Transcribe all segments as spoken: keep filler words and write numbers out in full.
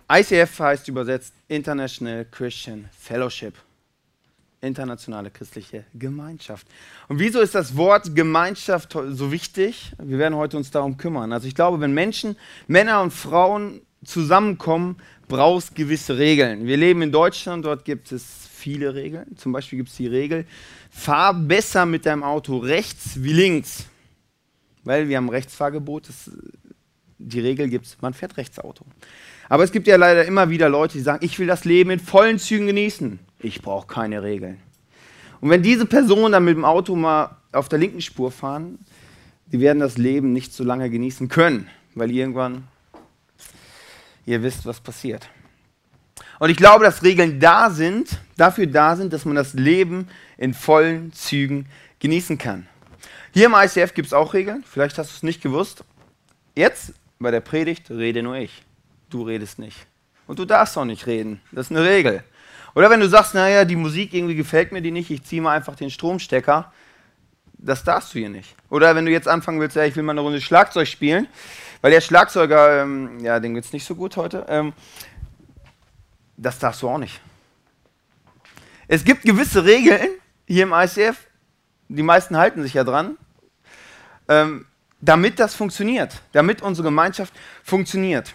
I C F heißt übersetzt International Christian Fellowship. Internationale christliche Gemeinschaft. Und wieso ist das Wort Gemeinschaft so wichtig? Wir werden heute uns darum kümmern. Also ich glaube, wenn Menschen, Männer und Frauen zusammenkommen, braucht es gewisse Regeln. Wir leben in Deutschland, dort gibt es viele Regeln. Zum Beispiel gibt es die Regel, fahr besser mit deinem Auto rechts wie links. Weil wir haben Rechtsfahrgebot, das, die Regel gibt es, man fährt rechts Auto. Aber es gibt ja leider immer wieder Leute, die sagen, ich will das Leben in vollen Zügen genießen. Ich brauche keine Regeln. Und wenn diese Personen dann mit dem Auto mal auf der linken Spur fahren, die werden das Leben nicht so lange genießen können, weil irgendwann, ihr wisst, was passiert. Und ich glaube, dass Regeln da sind, dafür da sind, dass man das Leben in vollen Zügen genießen kann. Hier im I C F gibt es auch Regeln, vielleicht hast du es nicht gewusst. Jetzt, bei der Predigt, rede nur ich. Du redest nicht. Und du darfst auch nicht reden. Das ist eine Regel. Oder wenn du sagst, naja, die Musik irgendwie gefällt mir die nicht, ich ziehe mal einfach den Stromstecker. Das darfst du hier nicht. Oder wenn du jetzt anfangen willst, ja, ich will mal eine Runde Schlagzeug spielen, weil der Schlagzeuger, ähm, ja, dem geht's nicht so gut heute, ähm, das darfst du auch nicht. Es gibt gewisse Regeln hier im I C F, die meisten halten sich ja dran, ähm, damit das funktioniert, damit unsere Gemeinschaft funktioniert.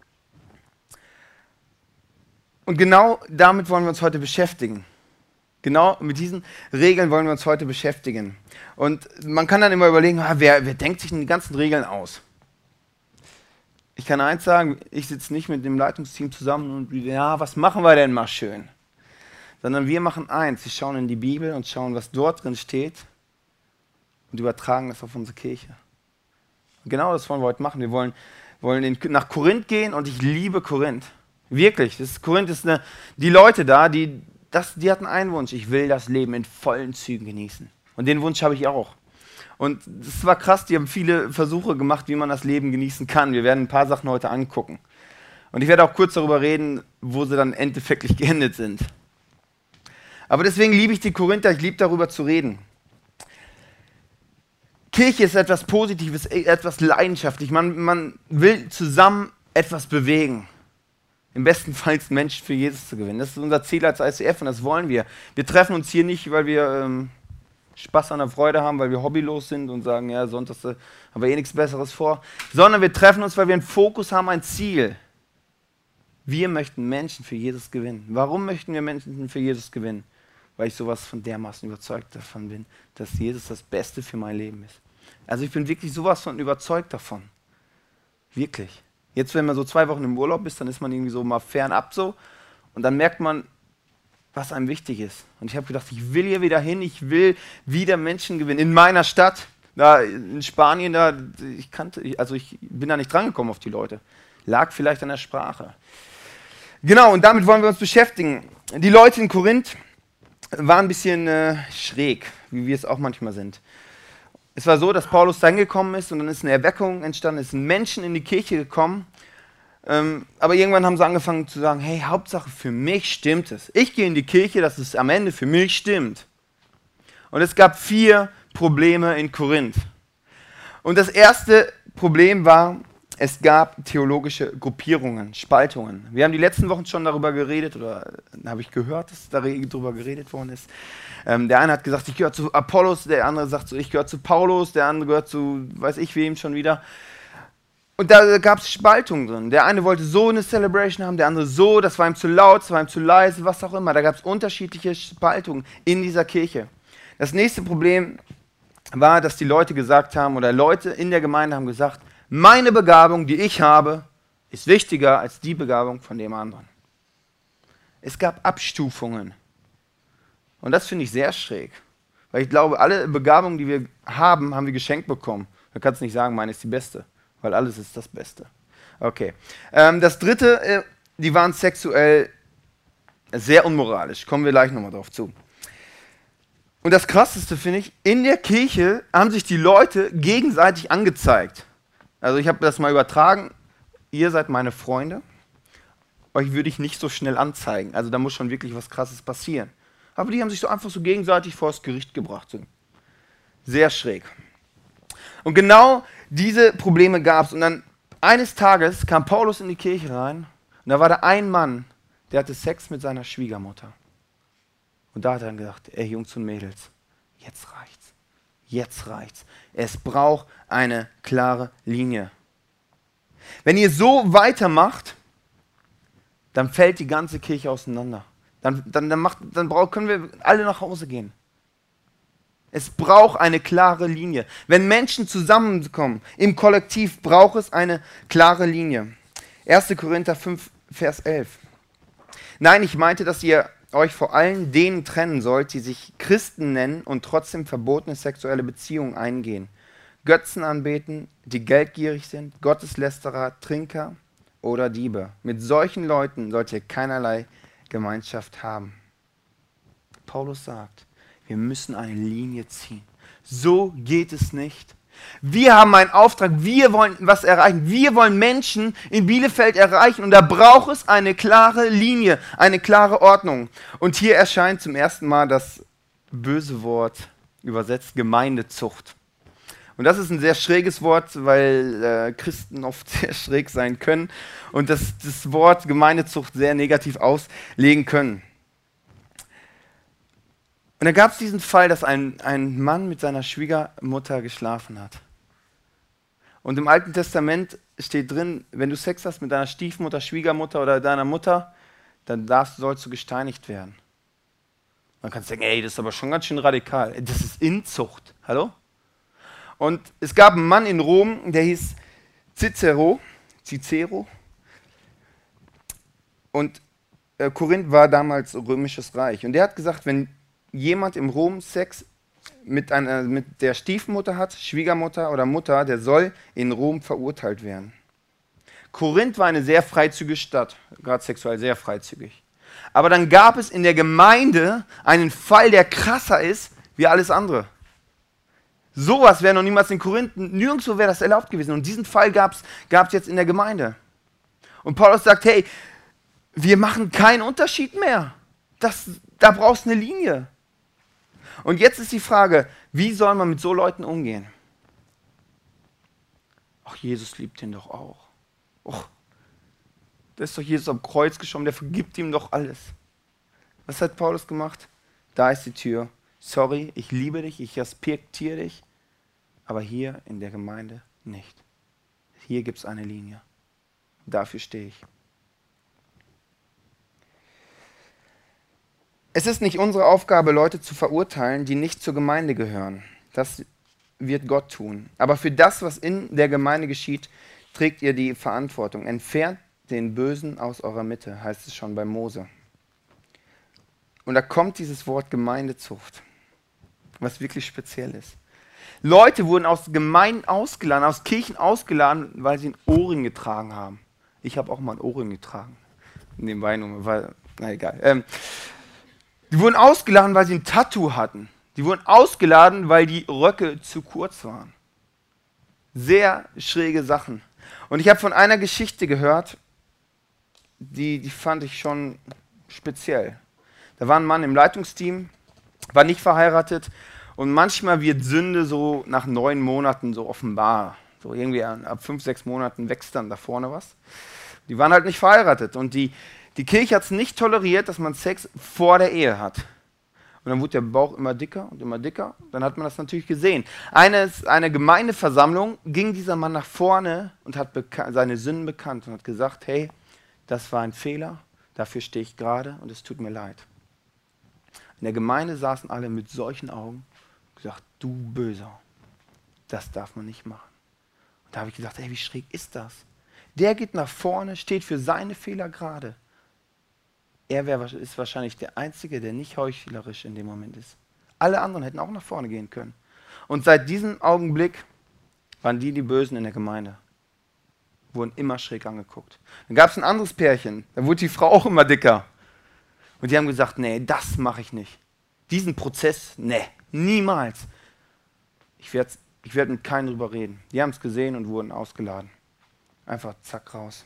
Und genau damit wollen wir uns heute beschäftigen. Genau mit diesen Regeln wollen wir uns heute beschäftigen. Und man kann dann immer überlegen, ah, wer, wer denkt sich denn die ganzen Regeln aus? Ich kann eins sagen, ich sitze nicht mit dem Leitungsteam zusammen und ja, was machen wir denn mal schön? Sondern wir machen eins, wir schauen in die Bibel und schauen, was dort drin steht und übertragen das auf unsere Kirche. Und genau das wollen wir heute machen. Wir wollen, wollen in, nach Korinth gehen und ich liebe Korinth. Wirklich, das Korinth ist eine, die Leute da, die, das, die hatten einen Wunsch, ich will das Leben in vollen Zügen genießen. Und den Wunsch habe ich auch. Und es war krass, die haben viele Versuche gemacht, wie man das Leben genießen kann. Wir werden ein paar Sachen heute angucken. Und ich werde auch kurz darüber reden, wo sie dann endeffektiv geendet sind. Aber deswegen liebe ich die Korinther, ich liebe darüber zu reden. Kirche ist etwas Positives, etwas leidenschaftlich. Man, man will zusammen etwas bewegen. Im besten Fall Menschen für Jesus zu gewinnen. Das ist unser Ziel als I C F und das wollen wir. Wir treffen uns hier nicht, weil wir ähm, Spaß an der Freude haben, weil wir hobbylos sind und sagen, ja, sonntags äh, haben wir eh nichts Besseres vor, sondern wir treffen uns, weil wir einen Fokus haben, ein Ziel. Wir möchten Menschen für Jesus gewinnen. Warum möchten wir Menschen für Jesus gewinnen? Weil ich sowas von dermaßen überzeugt davon bin, dass Jesus das Beste für mein Leben ist. Also ich bin wirklich sowas von überzeugt davon. Wirklich. Jetzt, wenn man so zwei Wochen im Urlaub ist, dann ist man irgendwie so mal fernab so und dann merkt man, was einem wichtig ist. Und ich habe gedacht, ich will hier wieder hin, ich will wieder Menschen gewinnen. In meiner Stadt, da in Spanien, da, ich kannte, also ich bin da nicht drangekommen auf die Leute. Lag vielleicht an der Sprache. Genau, und damit wollen wir uns beschäftigen. Die Leute in Korinth waren ein bisschen äh, schräg, wie wir es auch manchmal sind. Es war so, dass Paulus da hingekommen ist und dann ist eine Erweckung entstanden, es sind Menschen in die Kirche gekommen, ähm, aber irgendwann haben sie angefangen zu sagen, hey, Hauptsache für mich stimmt es. Ich gehe in die Kirche, dass es am Ende für mich stimmt. Und es gab vier Probleme in Korinth. Und das erste Problem war, es gab theologische Gruppierungen, Spaltungen. Wir haben die letzten Wochen schon darüber geredet, oder habe ich gehört, dass darüber geredet worden ist. Ähm, der eine hat gesagt, ich gehöre zu Apollos, der andere sagt so, ich gehöre zu Paulus, der andere gehört zu, weiß ich wem schon wieder. Und da gab es Spaltungen drin. Der eine wollte so eine Celebration haben, der andere so, das war ihm zu laut, das war ihm zu leise, was auch immer. Da gab es unterschiedliche Spaltungen in dieser Kirche. Das nächste Problem war, dass die Leute gesagt haben, oder Leute in der Gemeinde haben gesagt, meine Begabung, die ich habe, ist wichtiger als die Begabung von dem anderen. Es gab Abstufungen. Und das finde ich sehr schräg. Weil ich glaube, alle Begabungen, die wir haben, haben wir geschenkt bekommen. Da kannst du nicht sagen, meine ist die beste. Weil alles ist das Beste. Okay. Ähm, das dritte, äh, die waren sexuell sehr unmoralisch. Kommen wir gleich nochmal drauf zu. Und das Krasseste finde ich, in der Kirche haben sich die Leute gegenseitig angezeigt. Also ich habe das mal übertragen, ihr seid meine Freunde, euch würde ich nicht so schnell anzeigen. Also da muss schon wirklich was Krasses passieren. Aber die haben sich so einfach so gegenseitig vor das Gericht gebracht. Sehr schräg. Und genau diese Probleme gab es. Und dann eines Tages kam Paulus in die Kirche rein Und da war da ein Mann, der hatte Sex mit seiner Schwiegermutter. Und da hat er dann gesagt, ey Jungs und Mädels, jetzt reicht's. Jetzt reicht's. Es braucht eine klare Linie. Wenn ihr so weitermacht, dann fällt die ganze Kirche auseinander. Dann, dann, dann, macht, dann brauch, können wir alle nach Hause gehen. Es braucht eine klare Linie. Wenn Menschen zusammenkommen, im Kollektiv, braucht es eine klare Linie. erster Korinther fünf, Vers elf. Nein, ich meinte, dass ihr euch vor allem denen trennen sollt, die sich Christen nennen und trotzdem verbotene sexuelle Beziehungen eingehen. Götzen anbeten, die geldgierig sind, Gotteslästerer, Trinker oder Diebe. Mit solchen Leuten sollt ihr keinerlei Gemeinschaft haben. Paulus sagt, wir müssen eine Linie ziehen. So geht es nicht. Wir haben einen Auftrag, wir wollen was erreichen. Wir wollen Menschen in Bielefeld erreichen und da braucht es eine klare Linie, eine klare Ordnung. Und hier erscheint zum ersten Mal das böse Wort, übersetzt Gemeindezucht. Und das ist ein sehr schräges Wort, weil äh, Christen oft sehr schräg sein können und das, das Wort Gemeindezucht sehr negativ auslegen können. Und da gab es diesen Fall, dass ein, ein Mann mit seiner Schwiegermutter geschlafen hat. Und im Alten Testament steht drin, wenn du Sex hast mit deiner Stiefmutter, Schwiegermutter oder deiner Mutter, dann darfst, sollst du gesteinigt werden. Man kann sagen, ey, das ist aber schon ganz schön radikal. Das ist Inzucht. Hallo? Und es gab einen Mann in Rom, der hieß Cicero. Cicero. Und äh, Korinth war damals römisches Reich. Und der hat gesagt, wenn jemand im Rom Sex mit, einer, mit der Stiefmutter hat, Schwiegermutter oder Mutter, der soll in Rom verurteilt werden. Korinth war eine sehr freizügige Stadt, gerade sexuell sehr freizügig. Aber dann gab es in der Gemeinde einen Fall, der krasser ist wie alles andere. Sowas wäre noch niemals in Korinth, nirgendwo wäre das erlaubt gewesen. Und diesen Fall gab es jetzt in der Gemeinde. Und Paulus sagt, hey, wir machen keinen Unterschied mehr. Das, da brauchst du eine Linie. Und jetzt ist die Frage, wie soll man mit so Leuten umgehen? Ach, Jesus liebt ihn doch auch. Och, da ist doch Jesus am Kreuz gestorben, der vergibt ihm doch alles. Was hat Paulus gemacht? Da ist die Tür. Sorry, ich liebe dich, ich respektiere dich, aber hier in der Gemeinde nicht. Hier gibt es eine Linie. Dafür stehe ich. Es ist nicht unsere Aufgabe, Leute zu verurteilen, die nicht zur Gemeinde gehören. Das wird Gott tun. Aber für das, was in der Gemeinde geschieht, trägt ihr die Verantwortung. Entfernt den Bösen aus eurer Mitte, heißt es schon bei Mose. Und da kommt dieses Wort Gemeindezucht, was wirklich speziell ist. Leute wurden aus Gemeinden ausgeladen, aus Kirchen ausgeladen, weil sie einen Ohrring getragen haben. Ich habe auch mal einen Ohrring getragen. Nebenbei nur, weil, na egal. Ähm, die wurden ausgeladen, weil sie ein Tattoo hatten. Die wurden ausgeladen, weil die Röcke zu kurz waren. Sehr schräge Sachen. Und ich habe von einer Geschichte gehört, die, die fand ich schon speziell. Da war ein Mann im Leitungsteam, war nicht verheiratet und manchmal wird Sünde so nach neun Monaten so offenbar. So irgendwie ab fünf, sechs Monaten wächst dann da vorne was. Die waren halt nicht verheiratet und die, die Kirche hat es nicht toleriert, dass man Sex vor der Ehe hat. Und dann wurde der Bauch immer dicker und immer dicker. Dann hat man das natürlich gesehen. Eine, eine Gemeindeversammlung ging dieser Mann nach vorne und hat seine Sünden bekannt und hat gesagt, hey, das war ein Fehler, dafür stehe ich gerade und es tut mir leid. In der Gemeinde saßen alle mit solchen Augen und gesagt, du Böser, das darf man nicht machen. Und da habe ich gesagt, hey, wie schräg ist das? Der geht nach vorne, steht für seine Fehler gerade. Er wär, ist wahrscheinlich der Einzige, der nicht heuchlerisch in dem Moment ist. Alle anderen hätten auch nach vorne gehen können. Und seit diesem Augenblick waren die die Bösen in der Gemeinde. Wurden immer schräg angeguckt. Dann gab es ein anderes Pärchen, da wurde die Frau auch immer dicker. Und die haben gesagt, nee, das mache ich nicht. Diesen Prozess, nee, niemals. Ich werde ich werd mit keinem drüber reden. Die haben es gesehen und wurden ausgeladen. Einfach zack raus.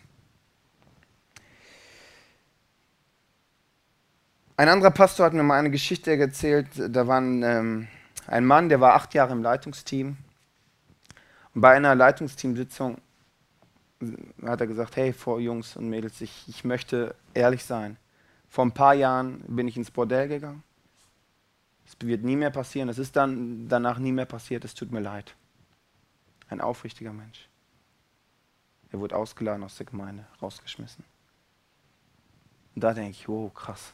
Ein anderer Pastor hat mir mal eine Geschichte erzählt, da war ein, ähm, ein Mann, der war acht Jahre im Leitungsteam. Und bei einer Leitungsteamsitzung hat er gesagt, hey, vor Jungs und Mädels, ich, ich möchte ehrlich sein. Vor ein paar Jahren bin ich ins Bordell gegangen. Es wird nie mehr passieren. Es ist dann danach nie mehr passiert. Es tut mir leid. Ein aufrichtiger Mensch. Er wurde ausgeladen aus der Gemeinde, rausgeschmissen. Und da denke ich, wow, krass.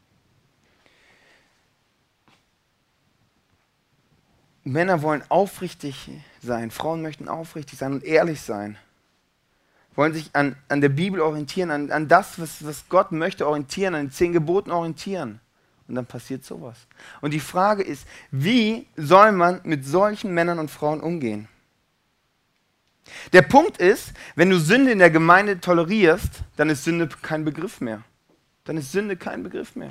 Männer wollen aufrichtig sein. Frauen möchten aufrichtig sein und ehrlich sein. Wollen sich an, an der Bibel orientieren, an, an das, was, was Gott möchte, orientieren, an den zehn Geboten orientieren. Und dann passiert sowas. Und die Frage ist, wie soll man mit solchen Männern und Frauen umgehen? Der Punkt ist, wenn du Sünde in der Gemeinde tolerierst, dann ist Sünde kein Begriff mehr. Dann ist Sünde kein Begriff mehr.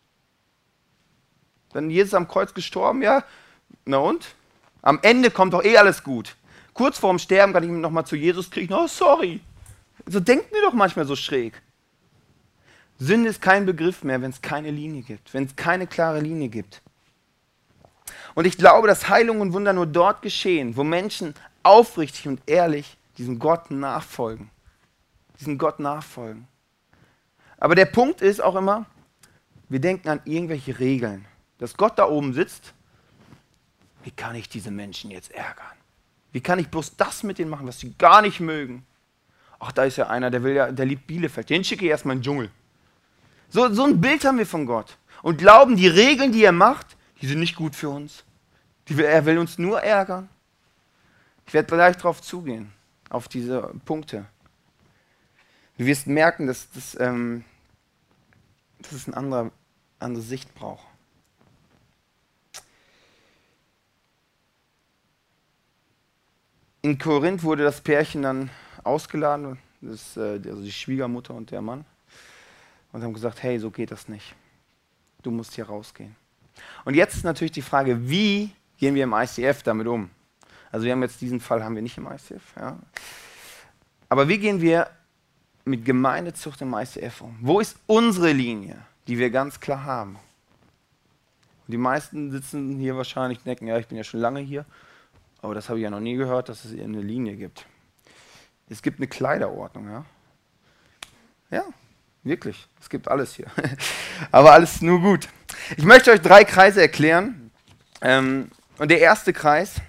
Dann Jesus am Kreuz gestorben, ja, na und? Am Ende kommt doch eh alles gut. Kurz vorm Sterben kann ich noch mal zu Jesus kriegen, oh sorry. So denkt mir doch manchmal so schräg. Sünde ist kein Begriff mehr, wenn es keine Linie gibt, wenn es keine klare Linie gibt. Und ich glaube, dass Heilung und Wunder nur dort geschehen, wo Menschen aufrichtig und ehrlich diesem Gott nachfolgen. Diesem Gott nachfolgen. Aber der Punkt ist auch immer, wir denken an irgendwelche Regeln. Dass Gott da oben sitzt, wie kann ich diese Menschen jetzt ärgern? Wie kann ich bloß das mit denen machen, was sie gar nicht mögen? Ach, da ist ja einer, der will ja, der liebt Bielefeld. Den schicke ich erstmal in den Dschungel. So, so ein Bild haben wir von Gott. Und glauben, die Regeln, die er macht, die sind nicht gut für uns. Die will, er will uns nur ärgern. Ich werde gleich darauf zugehen, auf diese Punkte. Du wirst merken, dass, dass, ähm, dass es eine andere, andere Sicht braucht. In Korinth wurde das Pärchen dann ausgeladen, das, äh, also die Schwiegermutter und der Mann, und haben gesagt, hey, so geht das nicht. Du musst hier rausgehen. Und jetzt ist natürlich die Frage, wie gehen wir im I C F damit um? Also wir haben jetzt diesen Fall, haben wir nicht im I C F. Ja. Aber wie gehen wir mit Gemeindezucht im I C F um? Wo ist unsere Linie, die wir ganz klar haben? Und die meisten sitzen hier wahrscheinlich und denken, ja, ich bin ja schon lange hier, aber das habe ich ja noch nie gehört, dass es eine Linie gibt. Es gibt eine Kleiderordnung, ja. Ja, wirklich. Es gibt alles hier. Aber alles nur gut. Ich möchte euch drei Kreise erklären. Ähm, und der erste Kreis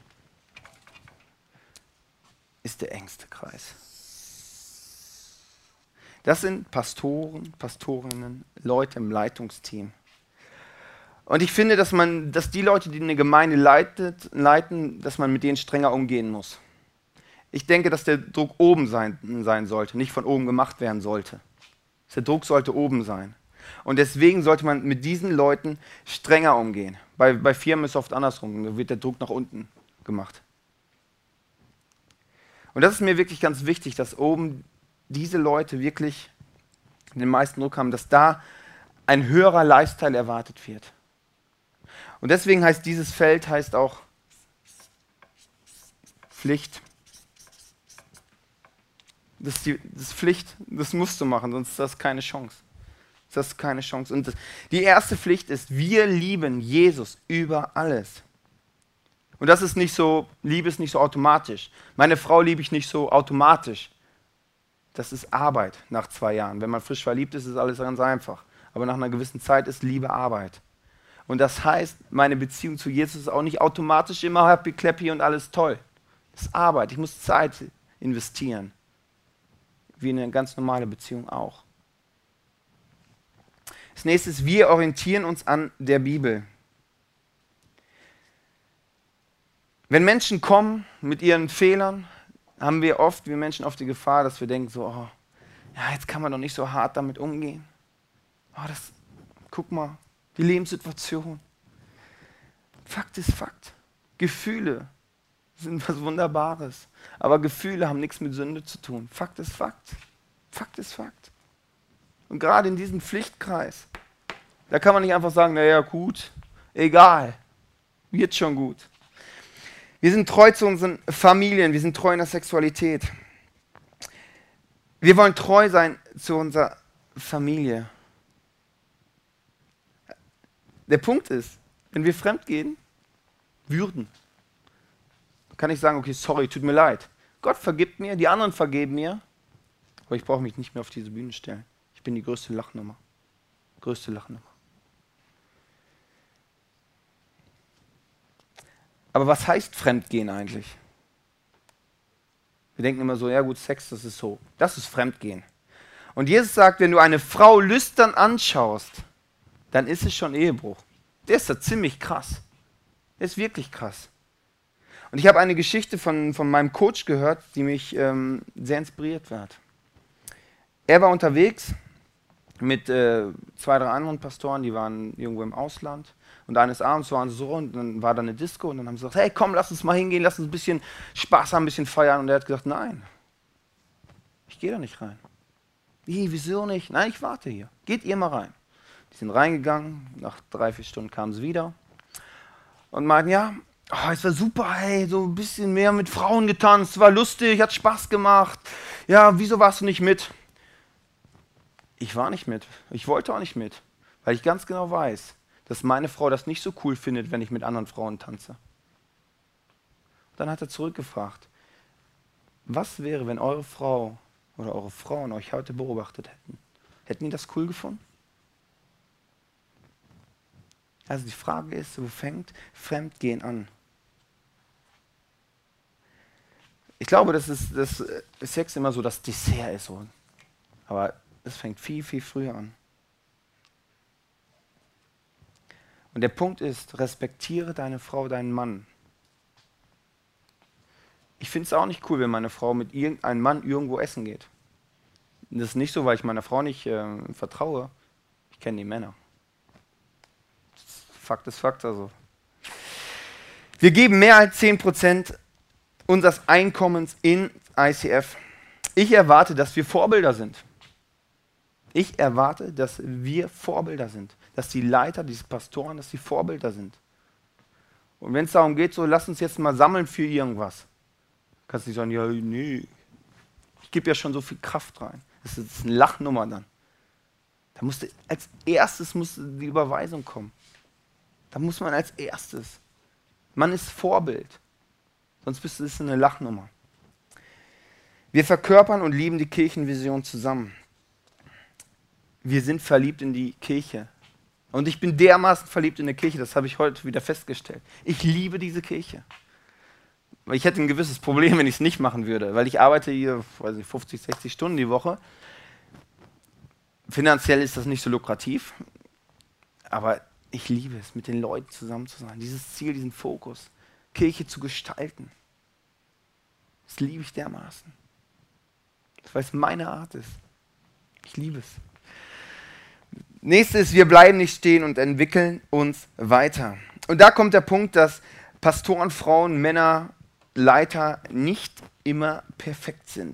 ist der engste Kreis. Das sind Pastoren, Pastorinnen, Leute im Leitungsteam. Und ich finde, dass man, dass die Leute, die eine Gemeinde leitet, leiten, dass man mit denen strenger umgehen muss. Ich denke, dass der Druck oben sein, sein sollte, nicht von oben gemacht werden sollte. Der Druck sollte oben sein. Und deswegen sollte man mit diesen Leuten strenger umgehen. Bei, bei Firmen ist es oft andersrum, da wird der Druck nach unten gemacht. Und das ist mir wirklich ganz wichtig, dass oben diese Leute wirklich den meisten Druck haben, dass da ein höherer Lifestyle erwartet wird. Und deswegen heißt dieses Feld heißt auch Pflicht. Das ist, die, das ist Pflicht, das musst du machen, sonst ist das keine Chance. Das ist keine Chance. Und das, die erste Pflicht ist, wir lieben Jesus über alles. Und das ist nicht so, Liebe ist nicht so automatisch. Meine Frau liebe ich nicht so automatisch. Das ist Arbeit nach zwei Jahren. Wenn man frisch verliebt ist, ist alles ganz einfach. Aber nach einer gewissen Zeit ist Liebe Arbeit. Und das heißt, meine Beziehung zu Jesus ist auch nicht automatisch immer happy, clappy und alles toll. Das ist Arbeit. Ich muss Zeit investieren. Wie eine ganz normale Beziehung auch. Das nächste ist, wir orientieren uns an der Bibel. Wenn Menschen kommen mit ihren Fehlern, haben wir oft, wir Menschen oft die Gefahr, dass wir denken so, oh, ja, jetzt kann man doch nicht so hart damit umgehen. Oh, das, guck mal, die Lebenssituation. Fakt ist Fakt. Gefühle sind was Wunderbares. Aber Gefühle haben nichts mit Sünde zu tun. Fakt ist Fakt. Fakt ist Fakt. Und gerade in diesem Pflichtkreis, da kann man nicht einfach sagen, naja, gut, egal, wird schon gut. Wir sind treu zu unseren Familien, wir sind treu in der Sexualität. Wir wollen treu sein zu unserer Familie. Der Punkt ist, wenn wir fremd gehen würden, kann ich sagen, okay, sorry, tut mir leid. Gott vergibt mir, die anderen vergeben mir, aber ich brauche mich nicht mehr auf diese Bühne stellen. Ich bin die größte Lachnummer. Größte Lachnummer. Aber was heißt Fremdgehen eigentlich? Wir denken immer so, ja gut, Sex, das ist so. Das ist Fremdgehen. Und Jesus sagt, wenn du eine Frau lüstern anschaust, dann ist es schon Ehebruch. Der ist da ziemlich krass. Der ist wirklich krass. Und ich habe eine Geschichte von, von meinem Coach gehört, die mich ähm, sehr inspiriert hat. Er war unterwegs mit äh, zwei, drei anderen Pastoren, die waren irgendwo im Ausland. Und eines Abends waren sie so und dann war da eine Disco und dann haben sie gesagt, hey komm, lass uns mal hingehen, lass uns ein bisschen Spaß haben, ein bisschen feiern. Und er hat gesagt, nein, ich gehe da nicht rein. Wie, wieso nicht? Nein, ich warte hier. Geht ihr mal rein. Die sind reingegangen, nach drei, vier Stunden kamen sie wieder und meinten, ja, oh, es war super, hey, so ein bisschen mehr mit Frauen getanzt, war lustig, hat Spaß gemacht. Ja, wieso warst du nicht mit? Ich war nicht mit. Ich wollte auch nicht mit, weil ich ganz genau weiß, dass meine Frau das nicht so cool findet, wenn ich mit anderen Frauen tanze. Dann hat er zurückgefragt, was wäre, wenn eure Frau oder eure Frauen euch heute beobachtet hätten? Hätten die das cool gefunden? Also die Frage ist, wo fängt Fremdgehen an? Ich glaube, dass es, dass Sex immer so das Dessert ist. So. Aber es fängt viel, viel früher an. Und der Punkt ist, respektiere deine Frau, deinen Mann. Ich finde es auch nicht cool, wenn meine Frau mit irgendeinem Mann irgendwo essen geht. Das ist nicht so, weil ich meiner Frau nicht äh, vertraue. Ich kenne die Männer. Fakt ist Fakt also. Wir geben mehr als zehn Prozent unseres Einkommens in I C F. Ich erwarte, dass wir Vorbilder sind. Ich erwarte, dass wir Vorbilder sind. Dass die Leiter, diese Pastoren, dass die Vorbilder sind. Und wenn es darum geht, so lass uns jetzt mal sammeln für irgendwas. Kannst du nicht sagen, ja, nee. Ich gebe ja schon so viel Kraft rein. Das ist eine Lachnummer dann. Da musste, als erstes muss die Überweisung kommen. Da muss man als erstes. Man ist Vorbild. Sonst bist du das eine Lachnummer. Wir verkörpern und lieben die Kirchenvision zusammen. Wir sind verliebt in die Kirche. Und ich bin dermaßen verliebt in die Kirche, das habe ich heute wieder festgestellt. Ich liebe diese Kirche. Ich hätte ein gewisses Problem, wenn ich es nicht machen würde, weil ich arbeite hier weiß ich, fünfzig, sechzig Stunden die Woche. Finanziell ist das nicht so lukrativ, aber ich liebe es, mit den Leuten zusammen zu sein. Dieses Ziel, diesen Fokus, Kirche zu gestalten. Das liebe ich dermaßen. Weil es meine Art ist. Ich liebe es. Nächstes, wir bleiben nicht stehen und entwickeln uns weiter. Und da kommt der Punkt, dass Pastoren, Frauen, Männer, Leiter nicht immer perfekt sind.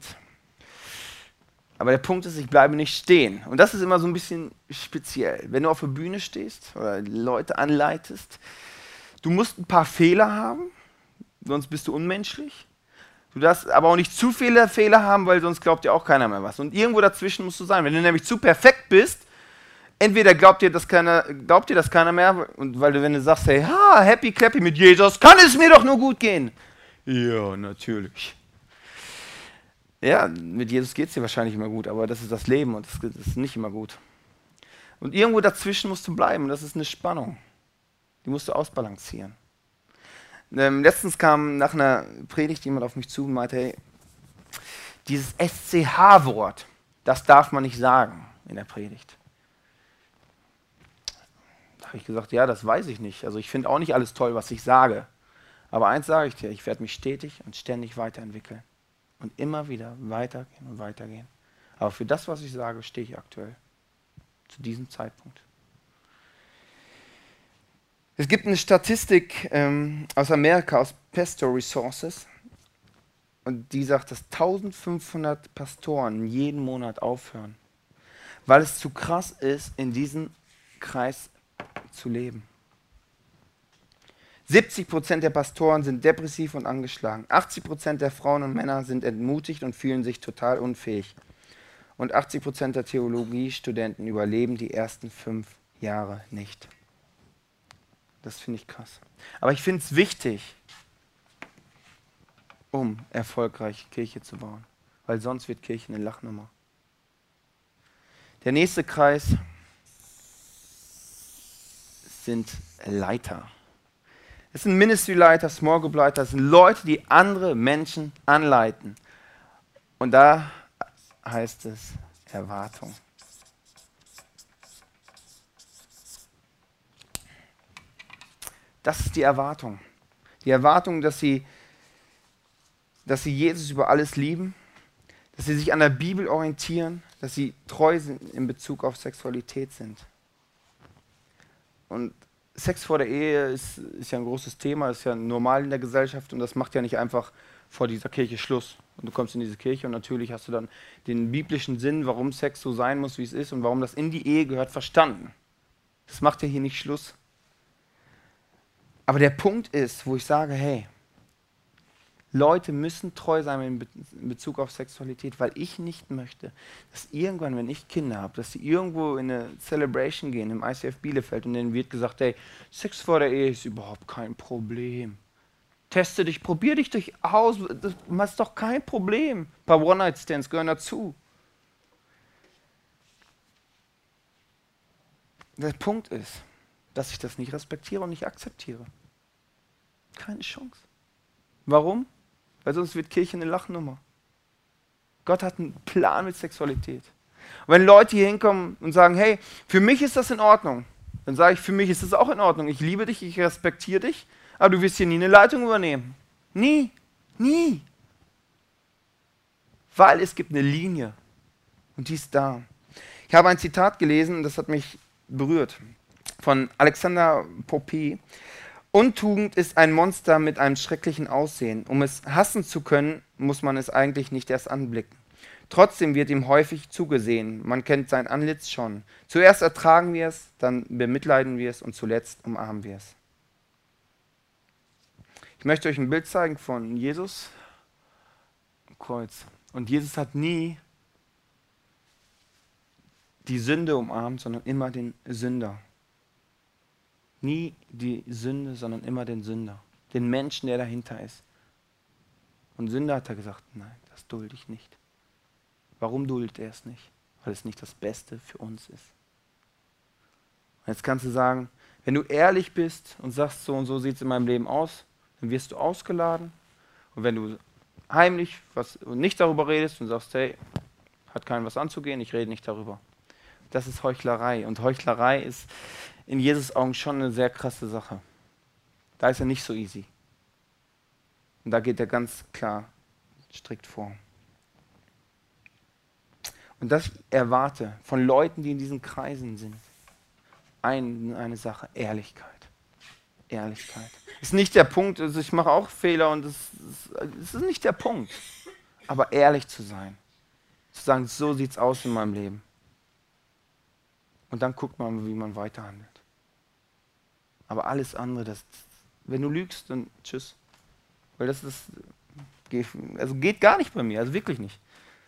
Aber der Punkt ist, ich bleibe nicht stehen. Und das ist immer so ein bisschen speziell. Wenn du auf der Bühne stehst oder Leute anleitest, du musst ein paar Fehler haben, sonst bist du unmenschlich. Du darfst aber auch nicht zu viele Fehler haben, weil sonst glaubt dir auch keiner mehr was. Und irgendwo dazwischen musst du sein. Wenn du nämlich zu perfekt bist, entweder glaubt dir das keiner, glaubt dir das keiner mehr, und weil du, wenn du sagst, hey, ha, happy clappy mit Jesus, kann es mir doch nur gut gehen. Ja, natürlich. Ja, mit Jesus geht es dir wahrscheinlich immer gut, aber das ist das Leben und das ist nicht immer gut. Und irgendwo dazwischen musst du bleiben, das ist eine Spannung. Die musst du ausbalancieren. Ähm, letztens kam nach einer Predigt jemand auf mich zu und meinte, hey, dieses S C H-Wort, das darf man nicht sagen in der Predigt. Da habe ich gesagt, ja, das weiß ich nicht. Also ich finde auch nicht alles toll, was ich sage. Aber eins sage ich dir, ich werde mich stetig und ständig weiterentwickeln. Und immer wieder weitergehen und weitergehen. Aber für das, was ich sage, stehe ich aktuell. Zu diesem Zeitpunkt. Es gibt eine Statistik ähm, aus Amerika, aus Pastor Resources. Und die sagt, dass eintausendfünfhundert Pastoren jeden Monat aufhören. Weil es zu krass ist, in diesem Kreis zu leben. siebzig Prozent der Pastoren sind depressiv und angeschlagen. achtzig Prozent der Frauen und Männer sind entmutigt und fühlen sich total unfähig. Und achtzig Prozent der Theologiestudenten überleben die ersten fünf Jahre nicht. Das finde ich krass. Aber ich finde es wichtig, um erfolgreich Kirche zu bauen. Weil sonst wird Kirche eine Lachnummer. Der nächste Kreis sind Leiter. Es sind Ministry-Leiter, Small Group-Leiter, das sind Leute, die andere Menschen anleiten. Und da heißt es Erwartung. Das ist die Erwartung. Die Erwartung, dass sie, dass sie Jesus über alles lieben, dass sie sich an der Bibel orientieren, dass sie treu sind in Bezug auf Sexualität sind. Und Sex vor der Ehe ist, ist ja ein großes Thema, ist ja normal in der Gesellschaft und das macht ja nicht einfach vor dieser Kirche Schluss. Und du kommst in diese Kirche und natürlich hast du dann den biblischen Sinn, warum Sex so sein muss, wie es ist und warum das in die Ehe gehört, verstanden. Das macht ja hier nicht Schluss. Aber der Punkt ist, wo ich sage, hey, Leute müssen treu sein in, Be in Bezug auf Sexualität, weil ich nicht möchte, dass irgendwann, wenn ich Kinder habe, dass sie irgendwo in eine Celebration gehen, im I C F Bielefeld, und denen wird gesagt, hey, Sex vor der Ehe ist überhaupt kein Problem. Teste dich, probier dich durch aus, das ist doch kein Problem. Ein paar One-Night-Stands gehören dazu. Der Punkt ist, dass ich das nicht respektiere und nicht akzeptiere. Keine Chance. Warum? Weil sonst wird Kirche eine Lachnummer. Gott hat einen Plan mit Sexualität. Und wenn Leute hier hinkommen und sagen, hey, für mich ist das in Ordnung, dann sage ich, für mich ist das auch in Ordnung. Ich liebe dich, ich respektiere dich, aber du wirst hier nie eine Leitung übernehmen. Nie. Nie. Weil es gibt eine Linie. Und die ist da. Ich habe ein Zitat gelesen, das hat mich berührt, von Alexander Pope. Untugend ist ein Monster mit einem schrecklichen Aussehen. Um es hassen zu können, muss man es eigentlich nicht erst anblicken. Trotzdem wird ihm häufig zugesehen. Man kennt sein Antlitz schon. Zuerst ertragen wir es, dann bemitleiden wir es und zuletzt umarmen wir es. Ich möchte euch ein Bild zeigen von Jesus am Kreuz. Und Jesus hat nie die Sünde umarmt, sondern immer den Sünder. Nie die Sünde, sondern immer den Sünder. Den Menschen, der dahinter ist. Und Sünder hat er gesagt, nein, das dulde ich nicht. Warum duldet er es nicht? Weil es nicht das Beste für uns ist. Und jetzt kannst du sagen, wenn du ehrlich bist und sagst, so und so sieht es in meinem Leben aus, dann wirst du ausgeladen. Und wenn du heimlich was, nicht darüber redest und sagst, hey, hat keinem was anzugehen, ich rede nicht darüber. Das ist Heuchlerei. Und Heuchlerei ist in Jesus Augen schon eine sehr krasse Sache. Da ist er nicht so easy. Und da geht er ganz klar strikt vor. Und das erwarte von Leuten, die in diesen Kreisen sind, ein, eine Sache, Ehrlichkeit. Ehrlichkeit. Ist nicht der Punkt, also ich mache auch Fehler und es ist, ist nicht der Punkt. Aber ehrlich zu sein. Zu sagen, so sieht es aus in meinem Leben. Und dann guckt man, wie man weiterhandelt. Aber alles andere, das, wenn du lügst, dann tschüss. Weil das ist, also geht gar nicht bei mir, also wirklich nicht.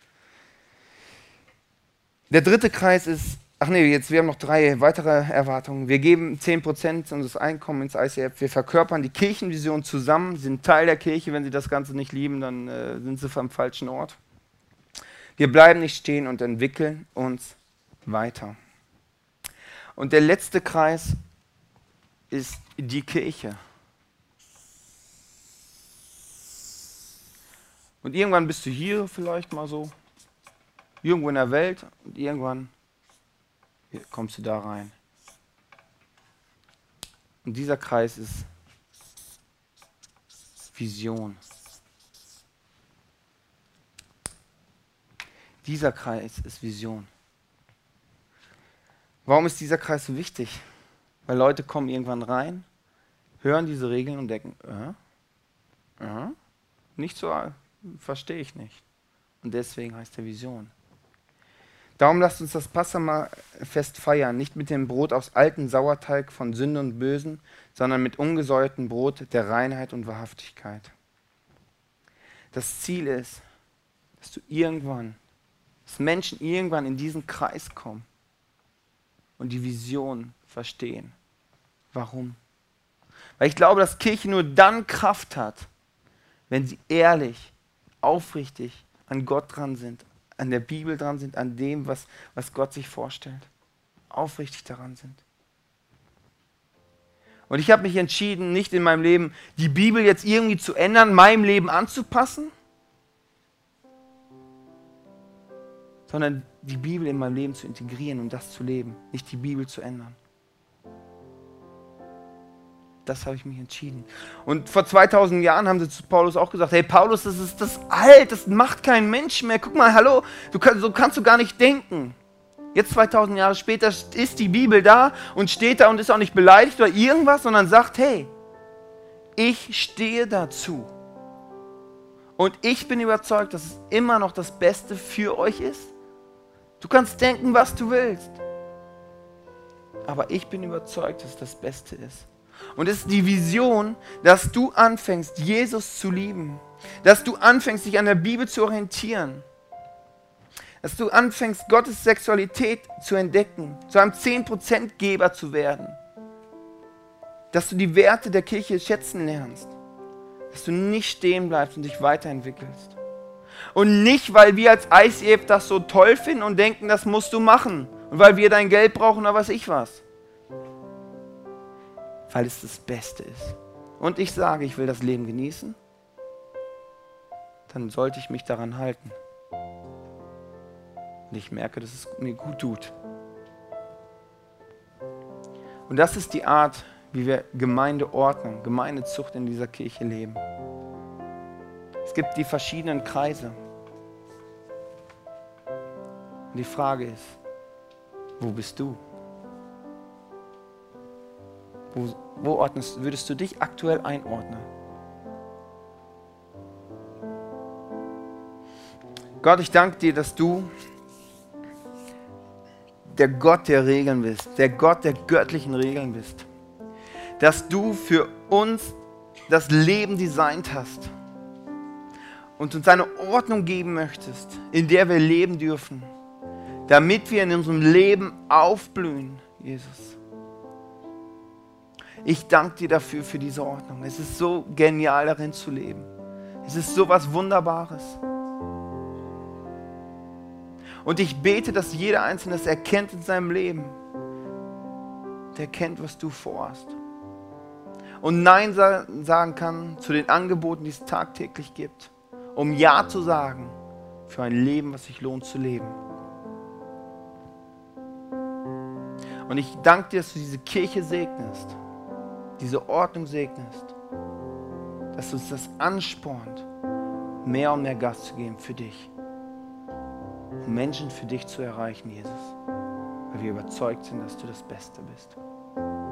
Der dritte Kreis ist, ach nee, jetzt, wir haben noch drei weitere Erwartungen. Wir geben zehn Prozent unseres Einkommens ins I C F. Wir verkörpern die Kirchenvision zusammen, sind Teil der Kirche. Wenn sie das Ganze nicht lieben, dann äh, sind sie am falschen Ort. Wir bleiben nicht stehen und entwickeln uns weiter. Und der letzte Kreis ist die Kirche. Und irgendwann bist du hier vielleicht mal so, irgendwo in der Welt und irgendwann kommst du da rein. Und dieser Kreis ist Vision. Dieser Kreis ist Vision. Warum ist dieser Kreis so wichtig? Weil Leute kommen irgendwann rein, hören diese Regeln und denken, äh, äh, nicht so, verstehe ich nicht. Und deswegen heißt er Vision. Darum lasst uns das Passamafest feiern, nicht mit dem Brot aus altem Sauerteig von Sünde und Bösen, sondern mit ungesäuertem Brot der Reinheit und Wahrhaftigkeit. Das Ziel ist, dass du irgendwann, dass Menschen irgendwann in diesen Kreis kommen und die Vision verstehen. Warum? Weil ich glaube, dass Kirche nur dann Kraft hat, wenn sie ehrlich, aufrichtig an Gott dran sind, an der Bibel dran sind, an dem, was, was Gott sich vorstellt. Aufrichtig daran sind. Und ich habe mich entschieden, nicht in meinem Leben die Bibel jetzt irgendwie zu ändern, meinem Leben anzupassen, sondern die Bibel in meinem Leben zu integrieren und das zu leben, nicht die Bibel zu ändern. Das habe ich mich entschieden. Und vor zweitausend Jahren haben sie zu Paulus auch gesagt, hey Paulus, das ist das alt, das macht kein Mensch mehr. Guck mal, hallo, du kann, so kannst du gar nicht denken. Jetzt zweitausend Jahre später ist die Bibel da und steht da und ist auch nicht beleidigt oder irgendwas, sondern sagt, hey, ich stehe dazu. Und ich bin überzeugt, dass es immer noch das Beste für euch ist. Du kannst denken, was du willst. Aber ich bin überzeugt, dass es das Beste ist. Und es ist die Vision, dass du anfängst, Jesus zu lieben. Dass du anfängst, dich an der Bibel zu orientieren. Dass du anfängst, Gottes Sexualität zu entdecken, zu einem zehn Prozent Geber zu werden. Dass du die Werte der Kirche schätzen lernst. Dass du nicht stehen bleibst und dich weiterentwickelst. Und nicht, weil wir als I C F das so toll finden und denken, das musst du machen. Und weil wir dein Geld brauchen oder was ich was. Weil es das Beste ist. Und ich sage, ich will das Leben genießen. Dann sollte ich mich daran halten. Und ich merke, dass es mir gut tut. Und das ist die Art, wie wir Gemeindeordnung, Gemeindezucht in dieser Kirche leben. Es gibt die verschiedenen Kreise. Und die Frage ist, wo bist du? Wo, wo ordnest, würdest du dich aktuell einordnen? Gott, ich danke dir, dass du der Gott der Regeln bist, der Gott der göttlichen Regeln bist. Dass du für uns das Leben designt hast und uns eine Ordnung geben möchtest, in der wir leben dürfen, damit wir in unserem Leben aufblühen, Jesus. Ich danke dir dafür, für diese Ordnung. Es ist so genial, darin zu leben. Es ist so was Wunderbares. Und ich bete, dass jeder Einzelne das erkennt in seinem Leben. Der erkennt, was du vorhast. Und Nein sa- sagen kann zu den Angeboten, die es tagtäglich gibt. Um Ja zu sagen für ein Leben, was sich lohnt zu leben. Und ich danke dir, dass du diese Kirche segnest. Diese Ordnung segnest. Dass du uns das anspornt, mehr und mehr Gas zu geben für dich. Um Menschen für dich zu erreichen, Jesus. Weil wir überzeugt sind, dass du das Beste bist.